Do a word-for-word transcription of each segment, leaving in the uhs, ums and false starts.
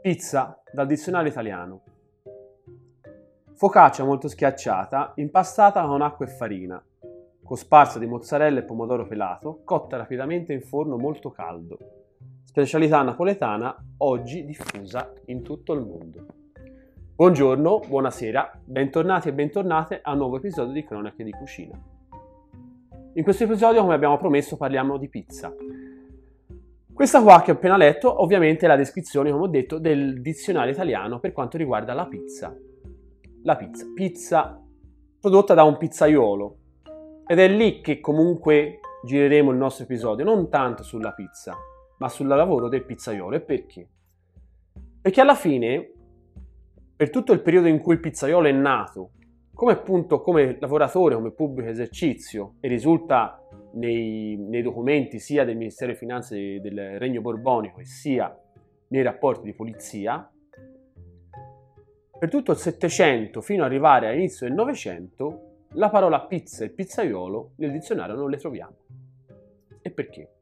Pizza dal dizionario italiano. Focaccia molto schiacciata, impastata con acqua e farina, cosparsa di mozzarella e pomodoro pelato, cotta rapidamente in forno molto caldo. Specialità napoletana, oggi diffusa in tutto il mondo. Buongiorno, buonasera, bentornati e bentornate a un nuovo episodio di Cronache di Cucina. In questo episodio, come abbiamo promesso, parliamo di pizza. Questa qua che ho appena letto, ovviamente è la descrizione, come ho detto, del dizionario italiano per quanto riguarda la pizza. La pizza. Pizza prodotta da un pizzaiolo. Ed è lì che comunque gireremo il nostro episodio, non tanto sulla pizza, ma sul lavoro del pizzaiolo. E perché? Perché alla fine, per tutto il periodo in cui il pizzaiolo è nato, come appunto come lavoratore, come pubblico esercizio, e risulta nei, nei documenti sia del Ministero delle Finanze del Regno Borbonico e sia nei rapporti di polizia, per tutto il Settecento fino ad arrivare all'inizio del Novecento, la parola pizza e pizzaiolo nel dizionario non le troviamo. E perché?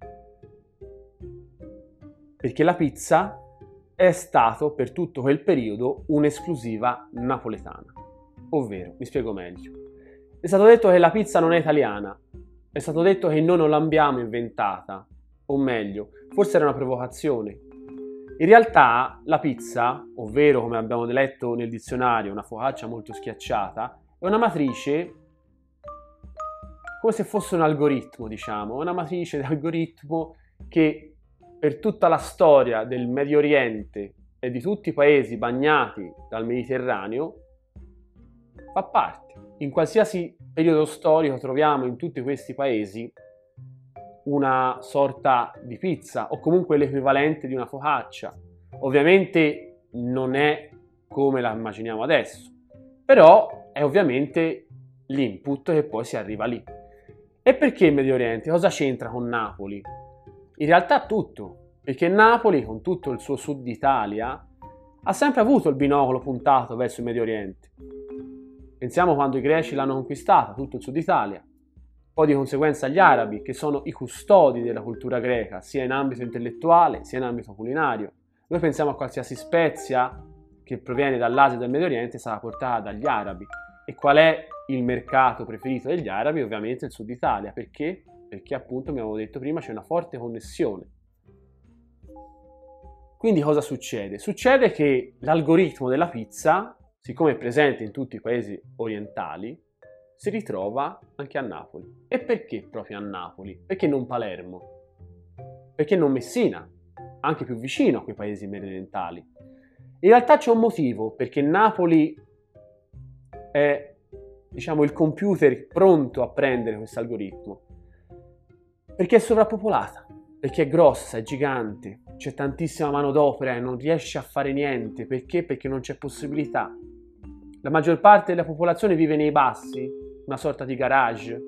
Perché la pizza è stato per tutto quel periodo un'esclusiva napoletana. Ovvero, mi spiego meglio, è stato detto che la pizza non è italiana, è stato detto che noi non l'abbiamo inventata, o meglio, forse era una provocazione. In realtà la pizza, ovvero come abbiamo letto nel dizionario, una focaccia molto schiacciata, è una matrice, come se fosse un algoritmo, diciamo, una matrice di algoritmo che per tutta la storia del Medio Oriente e di tutti i paesi bagnati dal Mediterraneo fa parte. In qualsiasi periodo storico troviamo in tutti questi paesi una sorta di pizza o comunque l'equivalente di una focaccia. Ovviamente non è come la immaginiamo adesso, però è ovviamente l'input che poi si arriva lì. E perché il Medio Oriente? Cosa c'entra con Napoli? In realtà tutto, perché Napoli con tutto il suo sud Italia ha sempre avuto il binocolo puntato verso il Medio Oriente. Pensiamo quando i greci l'hanno conquistata, tutto il sud Italia, poi di conseguenza gli arabi, che sono i custodi della cultura greca, sia in ambito intellettuale sia in ambito culinario. Noi pensiamo a qualsiasi spezia che proviene dall'Asia e dal Medio Oriente sarà portata dagli arabi. E qual è il mercato preferito degli arabi? Ovviamente il sud Italia. Perché? Perché appunto, come avevo detto prima, c'è una forte connessione. Quindi cosa succede? Succede che l'algoritmo della pizza, siccome è presente in tutti i paesi orientali, si ritrova anche a Napoli. E perché proprio a Napoli? Perché non Palermo? Perché non Messina? Anche più vicino a quei paesi mediorientali. In realtà c'è un motivo, perché Napoli è, diciamo, il computer pronto a prendere questo algoritmo. Perché è sovrappopolata, perché è grossa, è gigante, c'è tantissima manodopera e non riesce a fare niente. Perché? Perché non c'è possibilità. La maggior parte della popolazione vive nei bassi, una sorta di garage,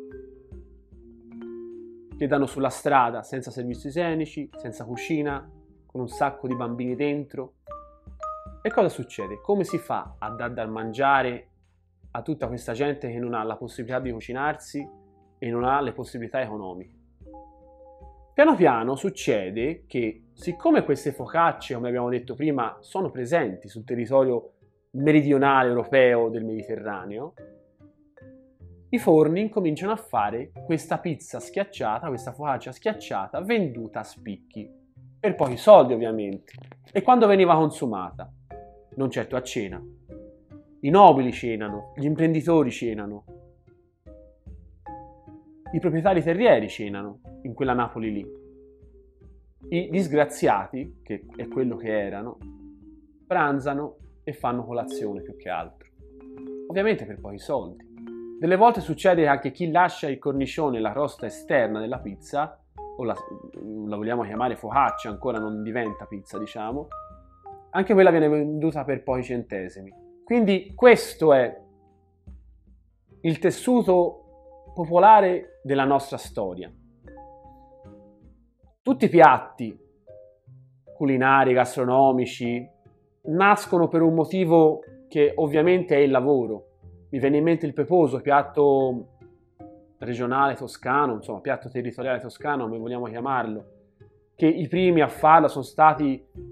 che danno sulla strada, senza servizi igienici, senza cucina, con un sacco di bambini dentro. E cosa succede? Come si fa a dar da mangiare a tutta questa gente che non ha la possibilità di cucinarsi e non ha le possibilità economiche? Piano piano succede che, siccome queste focacce, come abbiamo detto prima, sono presenti sul territorio meridionale europeo del Mediterraneo, i forni incominciano a fare questa pizza schiacciata, questa focaccia schiacciata, venduta a spicchi, per pochi soldi ovviamente. E quando veniva consumata? Non certo a cena. I nobili cenano, gli imprenditori cenano, i proprietari terrieri cenano in quella Napoli lì. I disgraziati, che è quello che erano, pranzano e fanno colazione più che altro. Ovviamente per pochi soldi. Delle volte succede anche chi lascia il cornicione, la crosta esterna della pizza, o la, la vogliamo chiamare focaccia, ancora non diventa pizza, diciamo, anche quella viene venduta per pochi centesimi. Quindi questo è il tessuto popolare della nostra storia. Tutti i piatti culinari, gastronomici, nascono per un motivo che ovviamente è il lavoro. Mi viene in mente il peposo, piatto regionale toscano, insomma piatto territoriale toscano, come vogliamo chiamarlo, che i primi a farlo sono stati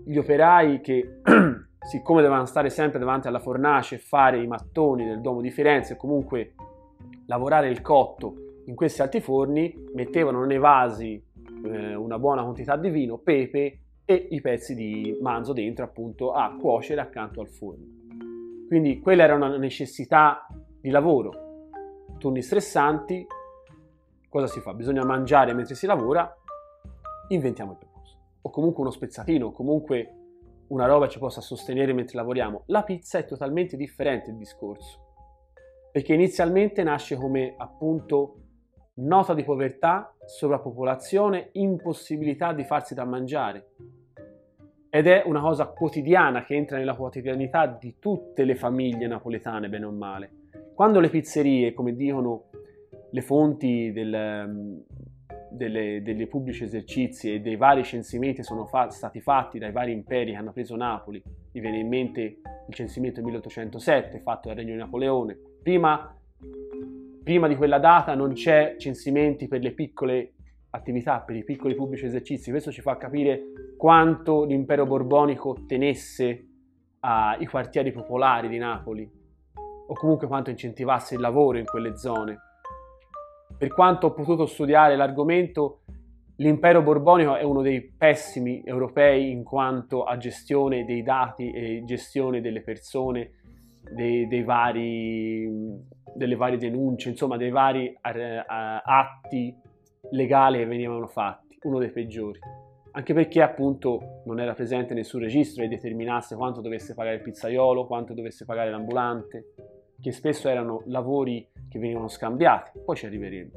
gli operai che, siccome dovevano stare sempre davanti alla fornace e fare i mattoni del Duomo di Firenze e comunque lavorare il cotto in questi altiforni, mettevano nei vasi eh, una buona quantità di vino, pepe e i pezzi di manzo dentro, appunto, a cuocere accanto al forno. Quindi quella era una necessità di lavoro. Turni stressanti, cosa si fa? Bisogna mangiare mentre si lavora, inventiamo il peposo. O comunque uno spezzatino, o comunque una roba che ci possa sostenere mentre lavoriamo. La pizza è totalmente differente il discorso, perché inizialmente nasce come, appunto, nota di povertà, sovrappopolazione, impossibilità di farsi da mangiare. Ed è una cosa quotidiana che entra nella quotidianità di tutte le famiglie napoletane, bene o male. Quando le pizzerie, come dicono le fonti del, delle, delle pubblici esercizi e dei vari censimenti sono fa- stati fatti dai vari imperi che hanno preso Napoli, mi viene in mente il censimento del milleottocentosette fatto dal Regno di Napoleone. Prima, prima di quella data non c'è censimenti per le piccole attività, per i piccoli pubblici esercizi. Questo ci fa capire quanto l'impero borbonico tenesse ai quartieri popolari di Napoli, o comunque quanto incentivasse il lavoro in quelle zone. Per quanto ho potuto studiare l'argomento, l'impero borbonico è uno dei pessimi europei in quanto a gestione dei dati e gestione delle persone, dei, dei vari, delle varie denunce, insomma dei vari uh, atti legali che venivano fatti, uno dei peggiori. Anche perché appunto non era presente nessun registro che determinasse quanto dovesse pagare il pizzaiolo, quanto dovesse pagare l'ambulante, che spesso erano lavori che venivano scambiati. Poi ci arriveremo.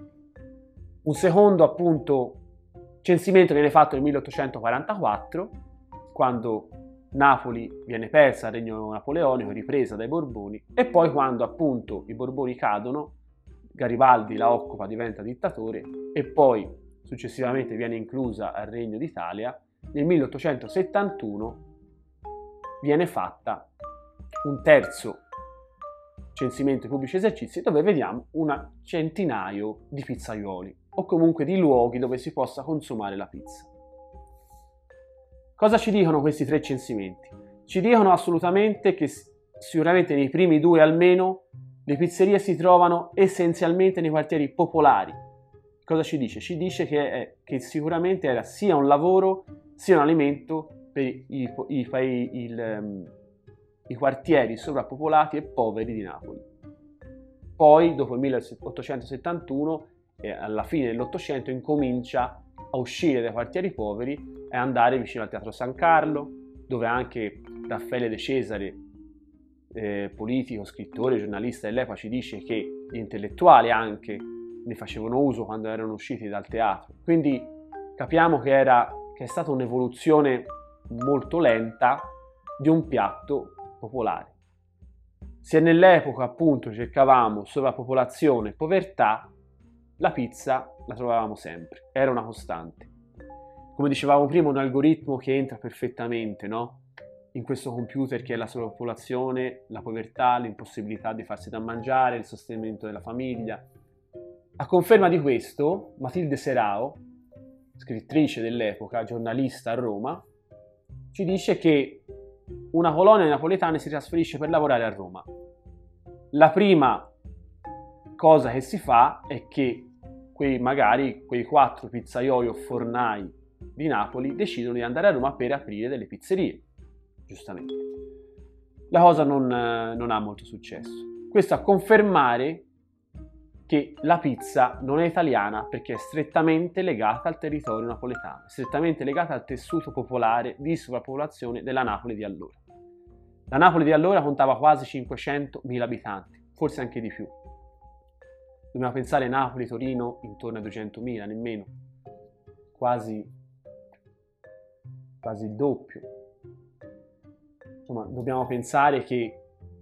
Un secondo, appunto, censimento viene fatto nel milleottocentoquarantaquattro, quando Napoli viene persa al Regno Napoleonico, ripresa dai Borboni, e poi quando appunto i Borboni cadono, Garibaldi la occupa, diventa dittatore e poi successivamente viene inclusa al Regno d'Italia. Nel milleottocentosettantuno viene fatta un terzo censimento dei pubblici esercizi dove vediamo un centinaio di pizzaioli o comunque di luoghi dove si possa consumare la pizza. Cosa ci dicono questi tre censimenti? Ci dicono assolutamente che sicuramente nei primi due almeno le pizzerie si trovano essenzialmente nei quartieri popolari. Cosa ci dice? Ci dice che, è, che sicuramente era sia un lavoro sia un alimento per i, i, i, il, um, i quartieri sovrappopolati e poveri di Napoli. Poi, dopo il milleottocentosettantuno, eh, alla fine dell'Ottocento, incomincia a uscire dai quartieri poveri e andare vicino al Teatro San Carlo, dove anche Raffaele De Cesare, eh, politico, scrittore, giornalista dell'epoca, ci dice che gli intellettuali anche ne facevano uso quando erano usciti dal teatro. Quindi capiamo che, era, che è stata un'evoluzione molto lenta di un piatto popolare. Se nell'epoca appunto cercavamo sovrappopolazione e povertà, la pizza la trovavamo sempre, era una costante. Come dicevamo prima, un algoritmo che entra perfettamente, no? In questo computer che è la sovrappopolazione, la povertà, l'impossibilità di farsi da mangiare, il sostenimento della famiglia. A conferma di questo, Matilde Serao, scrittrice dell'epoca, giornalista a Roma, ci dice che una colonia di napoletani si trasferisce per lavorare a Roma. La prima cosa che si fa è che quei, magari quei quattro pizzaioli o fornai di Napoli decidono di andare a Roma per aprire delle pizzerie, giustamente. La cosa non, non ha molto successo. Questo a confermare che la pizza non è italiana perché è strettamente legata al territorio napoletano, strettamente legata al tessuto popolare di sovrappopolazione della Napoli di allora. La Napoli di allora contava quasi cinquecentomila abitanti, forse anche di più. Dobbiamo pensare a Napoli, Torino, intorno ai duecentomila, nemmeno, quasi, quasi il doppio. Insomma, dobbiamo pensare che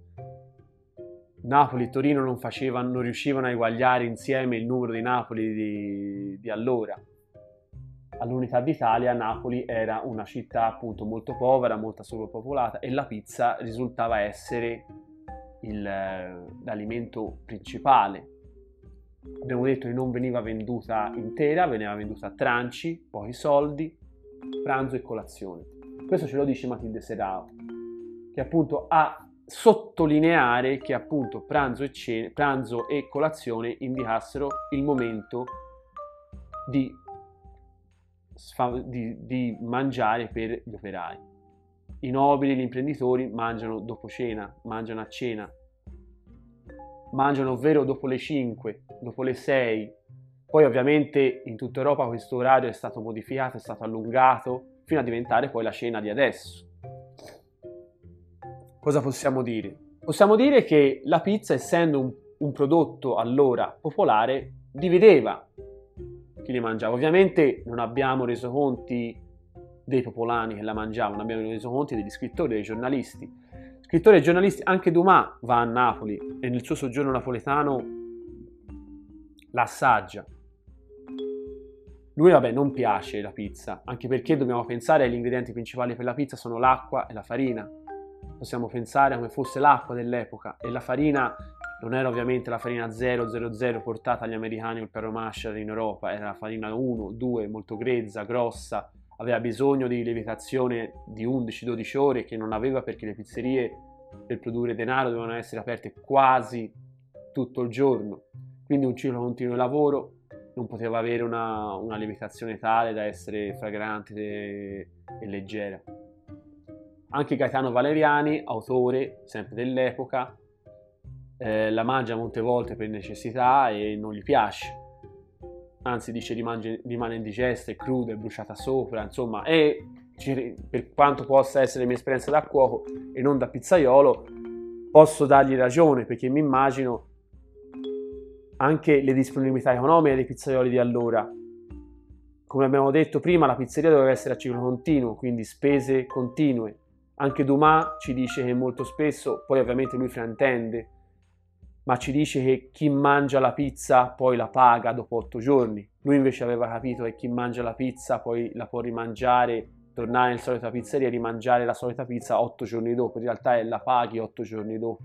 Napoli e Torino non, facevano, non riuscivano a eguagliare insieme il numero di Napoli di, di allora. All'Unità d'Italia Napoli era una città appunto molto povera, molto sovrappopolata e la pizza risultava essere il, l'alimento principale. Abbiamo detto che non veniva venduta intera, veniva venduta a tranci, pochi soldi, pranzo e colazione. Questo ce lo dice Matilde Serao, che appunto a sottolineare che appunto pranzo e, cena, pranzo e colazione indicassero il momento di, di, di mangiare per gli operai. I nobili, gli imprenditori mangiano dopo cena, mangiano a cena, mangiano ovvero dopo le cinque, dopo le sei. Poi ovviamente in tutta Europa questo orario è stato modificato, è stato allungato fino a diventare poi la cena di adesso. Cosa possiamo dire? Possiamo dire che la pizza, essendo un, un prodotto allora popolare, divideva chi li mangiava. Ovviamente non abbiamo resoconti dei popolani che la mangiavano, abbiamo resoconti degli scrittori, dei giornalisti. Scrittori e giornalisti, anche Dumas va a Napoli e nel suo soggiorno napoletano la assaggia. Lui, vabbè, non piace la pizza, anche perché dobbiamo pensare agli ingredienti principali per la pizza sono l'acqua e la farina. Possiamo pensare come fosse l'acqua dell'epoca, e la farina non era ovviamente la farina zero zero zero portata agli americani o il Perro Masher in Europa, era la farina uno, due, molto grezza, grossa, aveva bisogno di lievitazione di undici dodici ore che non aveva perché le pizzerie per produrre denaro dovevano essere aperte quasi tutto il giorno, quindi un ciclo continuo di lavoro non poteva avere una, una lievitazione tale da essere fragrante e, e leggera. Anche Gaetano Valeriani, autore sempre dell'epoca, eh, la mangia molte volte per necessità e non gli piace, anzi dice rimane, rimane indigesta, è cruda, è bruciata sopra, insomma, e per quanto possa essere la mia esperienza da cuoco e non da pizzaiolo, posso dargli ragione, perché mi immagino anche le disponibilità economiche dei pizzaioli di allora. Come abbiamo detto prima, la pizzeria doveva essere a ciclo continuo, quindi spese continue. Anche Dumas ci dice che molto spesso, poi ovviamente lui fraintende, ma ci dice che chi mangia la pizza poi la paga dopo otto giorni. Lui invece aveva capito che chi mangia la pizza poi la può rimangiare, tornare nella solita pizzeria e rimangiare la solita pizza otto giorni dopo. In realtà la paghi otto giorni dopo.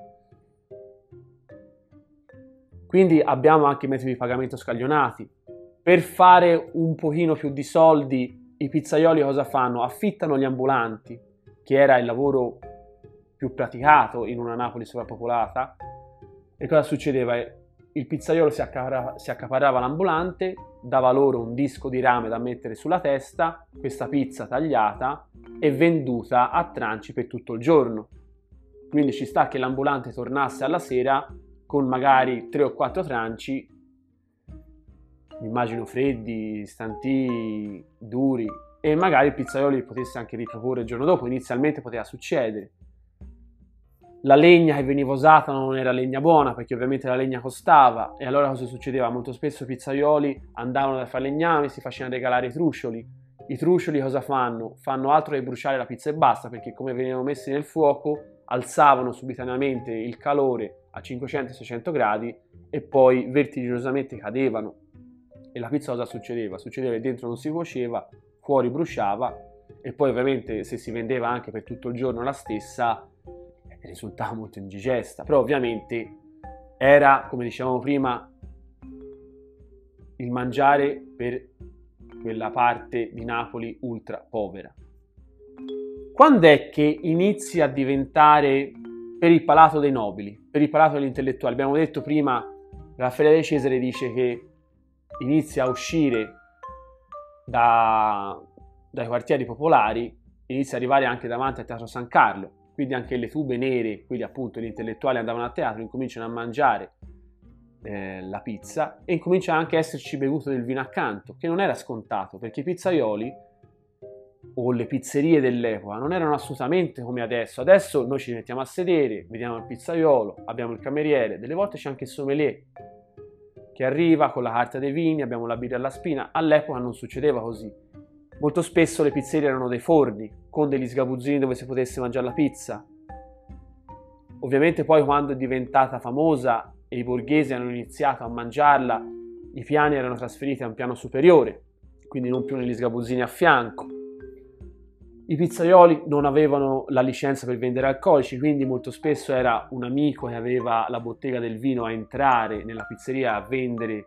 Quindi abbiamo anche metodi di pagamento scaglionati. Per fare un pochino più di soldi, i pizzaioli cosa fanno? Affittano gli ambulanti, che era il lavoro più praticato in una Napoli sovrappopolata. E cosa succedeva? Il pizzaiolo si accaparrava, si accaparrava l'ambulante, dava loro un disco di rame da mettere sulla testa, questa pizza tagliata e venduta a tranci per tutto il giorno. Quindi ci sta che l'ambulante tornasse alla sera con magari tre o quattro tranci, immagino freddi, stanti, duri, e magari il pizzaiolo li potesse anche riproporre il giorno dopo. Inizialmente poteva succedere. La legna che veniva usata non era legna buona, perché ovviamente la legna costava, e allora cosa succedeva? Molto spesso i pizzaioli andavano da falegnami, si facevano regalare i trucioli. I trucioli cosa fanno? Fanno altro che bruciare la pizza e basta, perché come venivano messi nel fuoco alzavano subitamente il calore a cinquecento seicento gradi e poi vertiginosamente cadevano. E la pizza cosa succedeva? Succedeva che dentro non si cuoceva, fuori bruciava, e poi ovviamente se si vendeva anche per tutto il giorno la stessa risultava molto indigesta. Però ovviamente era, come dicevamo prima, il mangiare per quella parte di Napoli ultra povera. Quando è che inizia a diventare per il palato dei nobili, per il palato degli intellettuali? Abbiamo detto prima, Raffaele De Cesare dice che inizia a uscire da, dai quartieri popolari, inizia ad arrivare anche davanti al Teatro San Carlo, quindi anche le tube nere, quindi appunto gli intellettuali andavano a teatro, incominciano a mangiare eh, la pizza e incomincia anche a esserci bevuto del vino accanto, che non era scontato, perché i pizzaioli o le pizzerie dell'epoca non erano assolutamente come adesso. Adesso noi ci mettiamo a sedere, vediamo il pizzaiolo, abbiamo il cameriere, delle volte c'è anche il sommelier che arriva con la carta dei vini, abbiamo la birra alla spina. All'epoca non succedeva così. Molto spesso le pizzerie erano dei forni con degli sgabuzzini dove si potesse mangiare la pizza. Ovviamente poi quando è diventata famosa e i borghesi hanno iniziato a mangiarla, i piani erano trasferiti a un piano superiore, quindi non più negli sgabuzzini a fianco. I pizzaioli non avevano la licenza per vendere alcolici, quindi molto spesso era un amico che aveva la bottega del vino a entrare nella pizzeria a vendere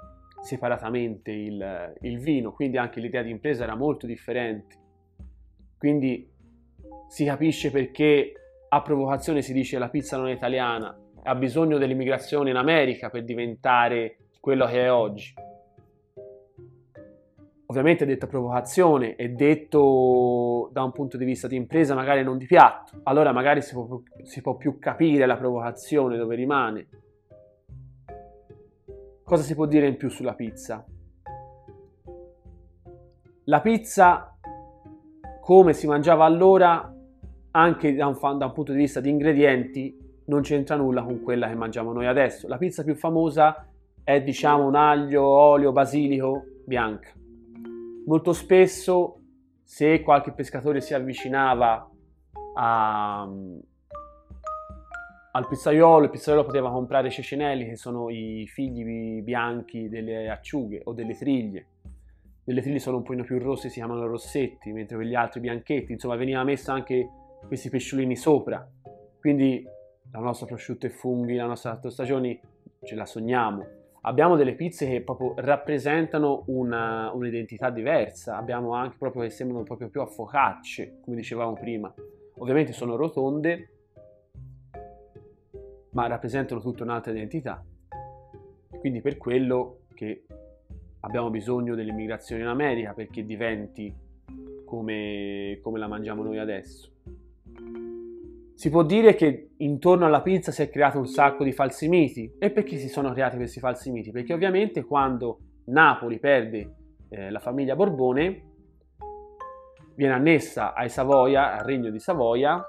separatamente il, il vino, quindi anche l'idea di impresa era molto differente. quindi si capisce perché a provocazione si dice la pizza non è italiana, ha bisogno dell'immigrazione in America per diventare quello che è oggi. Ovviamente è detto a provocazione, è detto da un punto di vista di impresa, magari non di piatto, allora magari si può, si può più capire la provocazione dove rimane. Cosa si può dire in più sulla pizza? La pizza, come si mangiava allora, anche da un, da un punto di vista di ingredienti, non c'entra nulla con quella che mangiamo noi adesso. La pizza più famosa è, diciamo, un aglio, olio, basilico, bianca. Molto spesso, se qualche pescatore si avvicinava a, al pizzaiolo, il pizzaiolo poteva comprare i cecinelli, che sono i figli bianchi delle acciughe o delle triglie. Delle triglie sono un pochino più rosse, si chiamano rossetti, mentre quegli altri bianchetti. Insomma, veniva messo anche questi pesciolini sopra. Quindi la nostra prosciutto e funghi, la nostra tostagioni, ce la sogniamo. Abbiamo delle pizze che proprio rappresentano una, un'identità diversa, abbiamo anche proprio che sembrano proprio più a focacce, come dicevamo prima. Ovviamente sono rotonde, ma rappresentano tutta un'altra identità. Quindi per quello che abbiamo bisogno dell'immigrazione in America, perché diventi come, come la mangiamo noi adesso. Si può dire che intorno alla pizza si è creato un sacco di falsi miti. E perché si sono creati questi falsi miti? Perché ovviamente quando Napoli perde eh, la famiglia Borbone, viene annessa ai Savoia, al regno di Savoia,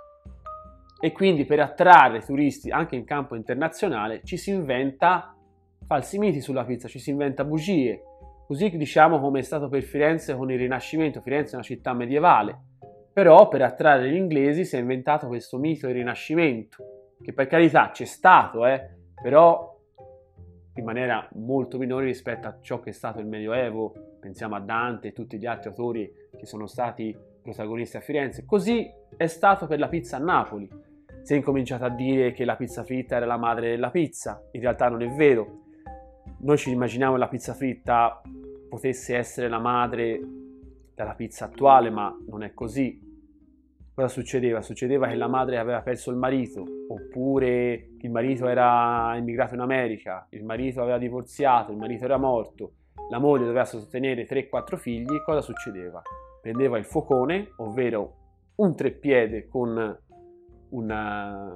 e quindi per attrarre turisti anche in campo internazionale ci si inventa falsi miti sulla pizza, ci si inventa bugie. Così diciamo come è stato per Firenze con il Rinascimento. Firenze è una città medievale. Però per attrarre gli inglesi si è inventato questo mito del Rinascimento, che per carità c'è stato, eh, però in maniera molto minore rispetto a ciò che è stato il Medioevo. Pensiamo a Dante e tutti gli altri autori che sono stati protagonisti a Firenze. Così è stato per la pizza a Napoli. Si è incominciato a dire che la pizza fritta era la madre della pizza, in realtà non è vero. Noi ci immaginiamo che la pizza fritta potesse essere la madre della pizza attuale, ma non è così. Cosa succedeva? Succedeva che la madre aveva perso il marito, oppure il marito era immigrato in America, il marito aveva divorziato, il marito era morto, la moglie doveva sostenere tre quattro figli. Cosa succedeva? Prendeva il focone, ovvero un treppiede con una,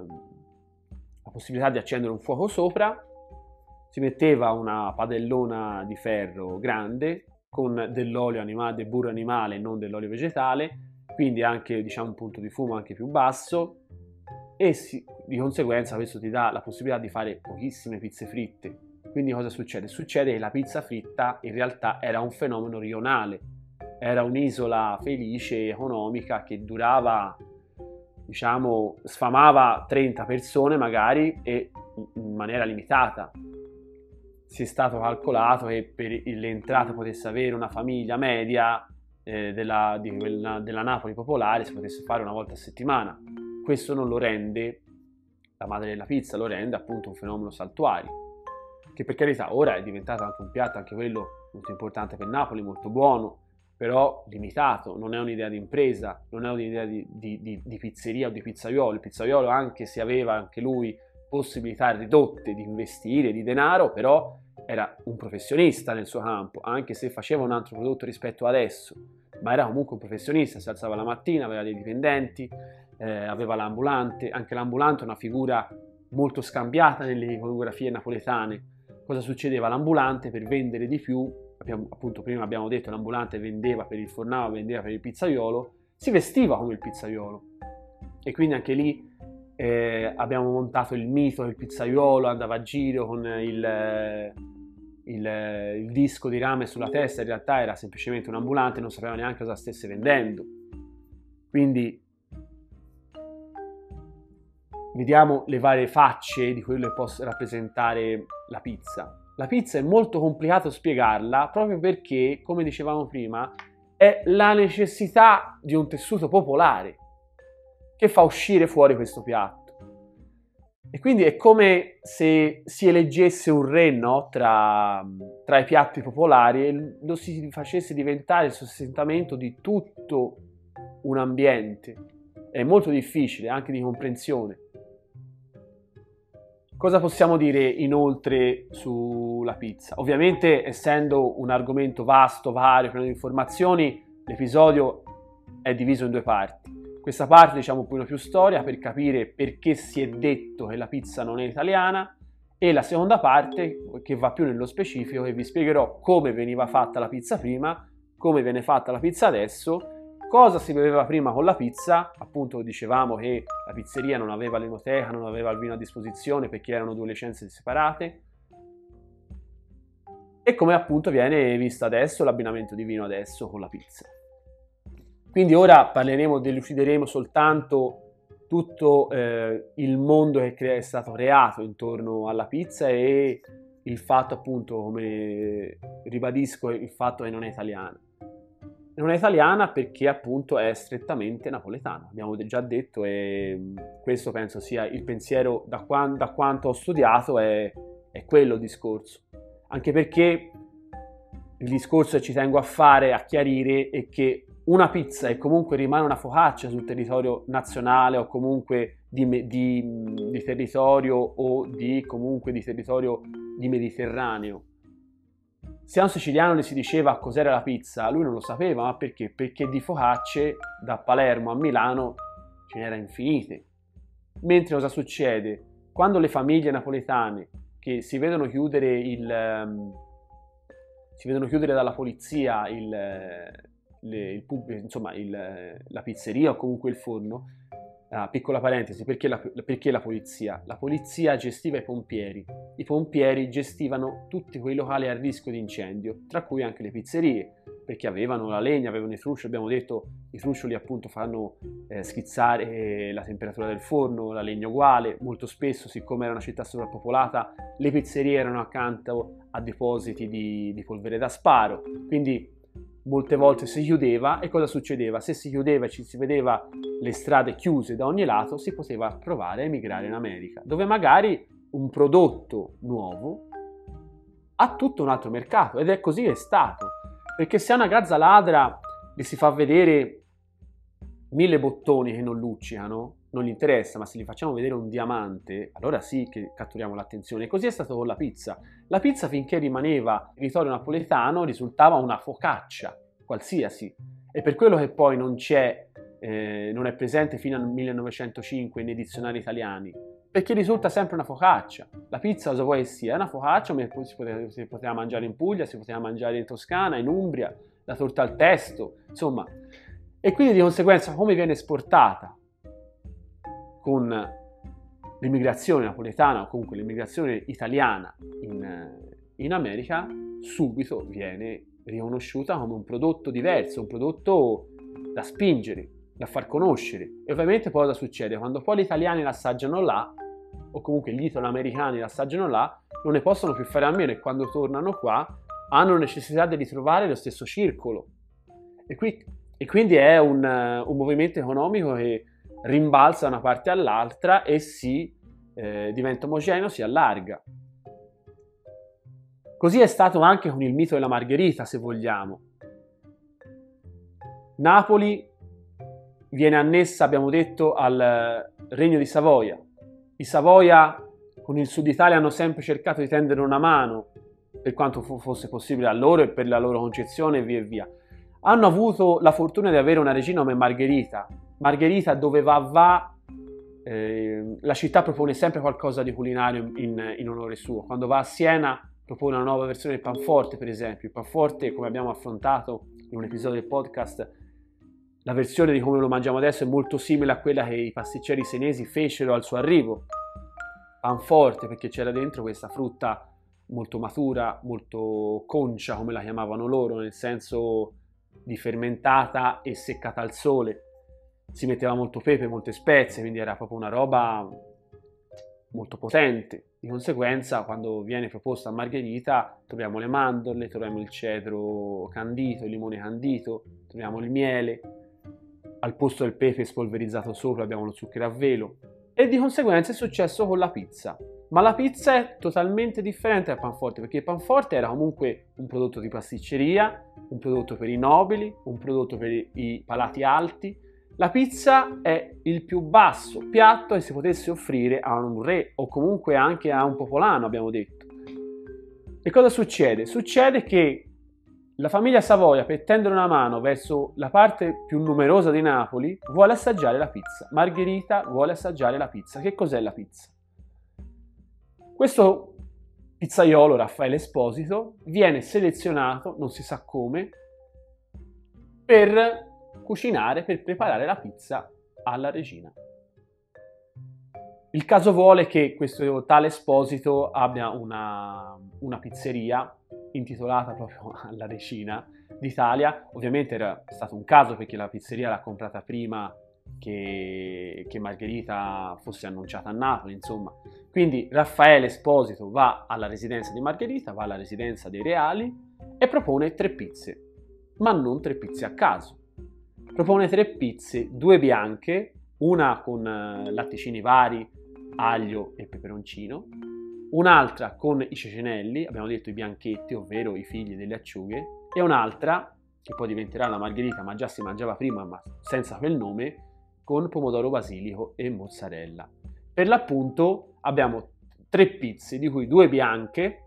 la possibilità di accendere un fuoco sopra, si metteva una padellona di ferro grande con dell'olio animale, del burro animale, non dell'olio vegetale, quindi anche, diciamo, un punto di fumo anche più basso, e si, di conseguenza questo ti dà la possibilità di fare pochissime pizze fritte. Quindi cosa succede? Succede che la pizza fritta in realtà era un fenomeno rionale, era un'isola felice, economica, che durava, diciamo, sfamava trenta persone magari, e in maniera limitata. Si è stato calcolato che per le entrate potesse avere una famiglia media eh, della, di quella, della Napoli popolare, si potesse fare una volta a settimana. Questo non lo rende, la madre della pizza lo rende appunto un fenomeno saltuario, che per carità ora è diventato anche un piatto, anche quello molto importante per Napoli, molto buono, però limitato, non è un'idea di impresa, non è un'idea di, di, di, di pizzeria o di pizzaiolo. Il pizzaiolo, anche se aveva anche lui possibilità ridotte di investire di denaro, però era un professionista nel suo campo, anche se faceva un altro prodotto rispetto adesso, ma era comunque un professionista. Si alzava la mattina, aveva dei dipendenti, eh, aveva l'ambulante. Anche l'ambulante è una figura molto scambiata nelle iconografie napoletane. Cosa succedeva? L'ambulante, per vendere di più, abbiamo, appunto prima abbiamo detto, l'ambulante vendeva per il fornaro, vendeva per il pizzaiolo, si vestiva come il pizzaiolo, e quindi anche lì Eh, abbiamo montato il mito che il pizzaiolo andava a giro con il, il, il disco di rame sulla testa. In realtà era semplicemente un ambulante, non sapeva neanche cosa stesse vendendo. Quindi vediamo le varie facce di quello che può rappresentare la pizza. La pizza è molto complicato spiegarla, proprio perché, come dicevamo prima, è la necessità di un tessuto popolare che fa uscire fuori questo piatto. E quindi è come se si eleggesse un re, no? tra, tra i piatti popolari, e lo si facesse diventare il sostentamento di tutto un ambiente, è molto difficile, anche di comprensione. Cosa possiamo dire inoltre sulla pizza? Ovviamente, essendo un argomento vasto, vario, pieno di informazioni, l'episodio è diviso in due parti. Questa parte, diciamo, un po' più storia per capire perché si è detto che la pizza non è italiana, e la seconda parte che va più nello specifico, che vi spiegherò come veniva fatta la pizza prima, come viene fatta la pizza adesso, cosa si beveva prima con la pizza. Appunto dicevamo che la pizzeria non aveva l'enoteca, non aveva il vino a disposizione perché erano due licenze separate, e come appunto viene visto adesso l'abbinamento di vino adesso con la pizza. Quindi ora parleremo, delucideremo soltanto tutto eh, il mondo che è stato creato intorno alla pizza e il fatto, appunto, come ribadisco, il fatto che non è italiana. Non è italiana perché appunto è strettamente napoletana, abbiamo già detto, e questo penso sia il pensiero, da, quando, da quanto ho studiato, è, è quello il discorso. Anche perché il discorso che ci tengo a fare, a chiarire, è che una pizza e comunque rimane una focaccia sul territorio nazionale o comunque di, di, di territorio o di comunque di territorio di Mediterraneo. Se a un siciliano gli si diceva cos'era la pizza, lui non lo sapeva, ma perché? Perché di focacce da Palermo a Milano ce n'era infinite. Mentre cosa succede? Quando le famiglie napoletane che si vedono chiudere il um, si vedono chiudere dalla polizia il, le, il pub, insomma il, la pizzeria o comunque il forno, ah, piccola parentesi, perché la, perché la polizia? La polizia gestiva i pompieri, i pompieri gestivano tutti quei locali a rischio di incendio, tra cui anche le pizzerie, perché avevano la legna, avevano i fruscioli, abbiamo detto i fruscioli appunto fanno eh, schizzare la temperatura del forno, la legna uguale, molto spesso, siccome era una città sovrappopolata, le pizzerie erano accanto a depositi di, di polvere da sparo, quindi molte volte si chiudeva. E cosa succedeva? Se si chiudeva e ci si vedeva le strade chiuse da ogni lato, si poteva provare a emigrare in America, dove magari un prodotto nuovo ha tutto un altro mercato, ed è così che è stato. Perché se a una gazza ladra gli si fa vedere mille bottoni che non luccicano, non gli interessa, ma se gli facciamo vedere un diamante, allora sì che catturiamo l'attenzione. E così è stato con la pizza. La pizza, finché rimaneva territorio napoletano, risultava una focaccia qualsiasi. E per quello che poi non c'è, eh, non è presente fino al millenovecentocinque nei dizionari italiani, perché risulta sempre una focaccia. La pizza, cosa vuoi che sia? È una focaccia, ma si poteva, si poteva mangiare in Puglia, si poteva mangiare in Toscana, in Umbria, la torta al testo, insomma. E quindi di conseguenza come viene esportata con l'immigrazione napoletana o comunque l'immigrazione italiana in, in America, subito viene riconosciuta come un prodotto diverso, un prodotto da spingere, da far conoscere. E ovviamente poi cosa succede? Quando poi gli italiani l'assaggiano là, o comunque gli italo-americani l'assaggiano là, non ne possono più fare a meno, e quando tornano qua hanno necessità di ritrovare lo stesso circolo. E, qui, e quindi è un, un movimento economico che rimbalza da una parte all'altra e si eh, diventa omogeneo, si allarga. Così è stato anche con il mito della Margherita, se vogliamo. Napoli viene annessa, abbiamo detto, al Regno di Savoia. I Savoia con il Sud Italia hanno sempre cercato di tendere una mano, per quanto fosse possibile a loro e per la loro concezione, e via e via. Hanno avuto la fortuna di avere una regina come Margherita. Margherita, dove va va, eh, la città propone sempre qualcosa di culinario in, in onore suo. Quando va a Siena propone una nuova versione del panforte, per esempio. Il panforte, come abbiamo affrontato in un episodio del podcast, la versione di come lo mangiamo adesso è molto simile a quella che i pasticceri senesi fecero al suo arrivo. Panforte, perché c'era dentro questa frutta molto matura, molto concia, come la chiamavano loro, nel senso di fermentata e seccata al sole. Si metteva molto pepe, molte spezie, quindi era proprio una roba molto potente. Di conseguenza, quando viene proposta a Margherita, troviamo le mandorle, troviamo il cedro candito, il limone candito, troviamo il miele. Al posto del pepe spolverizzato sopra abbiamo lo zucchero a velo. E di conseguenza è successo con la pizza. Ma la pizza è totalmente differente dal panforte, perché il panforte era comunque un prodotto di pasticceria, un prodotto per i nobili, un prodotto per i palati alti, La pizza è il più basso piatto che si potesse offrire a un re o comunque anche a un popolano, abbiamo detto. E cosa succede? Succede che la famiglia Savoia, per tendere una mano verso la parte più numerosa di Napoli, vuole assaggiare la pizza. Margherita vuole assaggiare la pizza. Che cos'è la pizza? Questo pizzaiolo, Raffaele Esposito, viene selezionato, non si sa come, per cucinare, per preparare la pizza alla regina. Il caso vuole che questo tale Esposito abbia una, una pizzeria intitolata proprio alla regina d'Italia. Ovviamente era stato un caso perché la pizzeria l'ha comprata prima che, che Margherita fosse annunciata a Napoli, insomma. Quindi Raffaele Esposito va alla residenza di Margherita, va alla residenza dei Reali e propone tre pizze, ma non tre pizze a caso. Propone tre pizze, due bianche, una con eh, latticini vari, aglio e peperoncino, un'altra con i cecinelli, abbiamo detto i bianchetti, ovvero i figli delle acciughe, e un'altra, che poi diventerà la margherita, ma già si mangiava prima, ma senza quel nome, con pomodoro basilico e mozzarella. Per l'appunto abbiamo tre pizze, di cui due bianche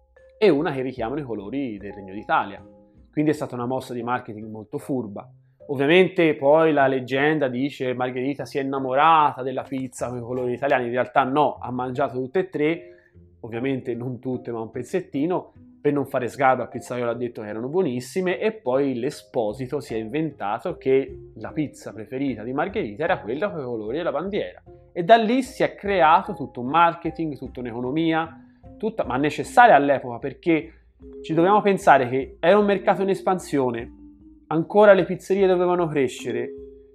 e una che richiamano i colori del Regno d'Italia. Quindi è stata una mossa di marketing molto furba. Ovviamente poi la leggenda dice che Margherita si è innamorata della pizza con i colori italiani, in realtà no, ha mangiato tutte e tre, ovviamente non tutte ma un pezzettino, per non fare sgarbo al pizzaiolo ha detto che erano buonissime e poi l'Esposito si è inventato che la pizza preferita di Margherita era quella con i colori della bandiera e da lì si è creato tutto un marketing, tutta un'economia, tutta, ma necessaria all'epoca perché ci dobbiamo pensare che era un mercato in espansione, ancora le pizzerie dovevano crescere,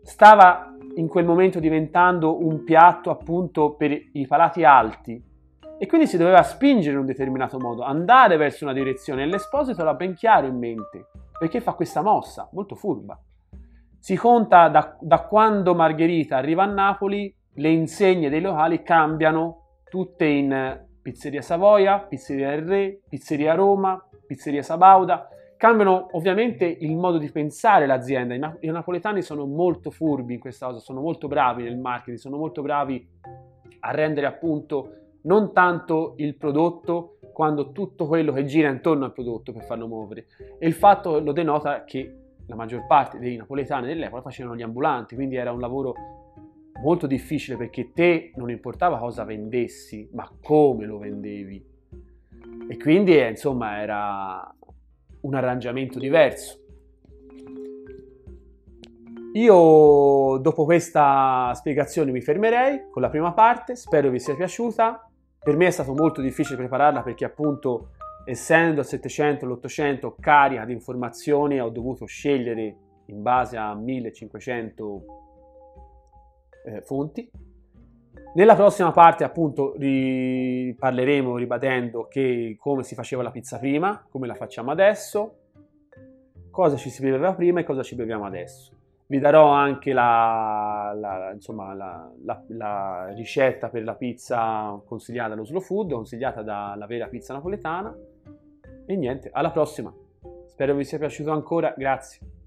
stava in quel momento diventando un piatto appunto per i palati alti e quindi si doveva spingere in un determinato modo, andare verso una direzione e l'Esposito l'ha ben chiaro in mente perché fa questa mossa molto furba. Si conta da, da quando Margherita arriva a Napoli, le insegne dei locali cambiano tutte in Pizzeria Savoia, Pizzeria del Re, Pizzeria Roma, Pizzeria Sabauda. Cambiano ovviamente il modo di pensare l'azienda. I, I napoletani sono molto furbi in questa cosa, sono molto bravi nel marketing, sono molto bravi a rendere appunto non tanto il prodotto quanto tutto quello che gira intorno al prodotto per farlo muovere. E il fatto lo denota che la maggior parte dei napoletani dell'epoca facevano gli ambulanti, quindi era un lavoro molto difficile perché te non importava cosa vendessi, ma come lo vendevi. E quindi eh, insomma era un arrangiamento diverso. Io dopo questa spiegazione mi fermerei con la prima parte, spero vi sia piaciuta. Per me è stato molto difficile prepararla perché appunto essendo il settecento e l'ottocento carica di informazioni ho dovuto scegliere in base a millecinquecento eh, fonti. Nella prossima parte appunto riparleremo ribadendo che come si faceva la pizza prima, come la facciamo adesso, cosa ci si beveva prima e cosa ci beviamo adesso. Vi darò anche la, la, insomma, la, la, la ricetta per la pizza consigliata dallo Slow Food, consigliata dalla vera pizza napoletana. E niente, alla prossima. Spero vi sia piaciuto ancora, grazie.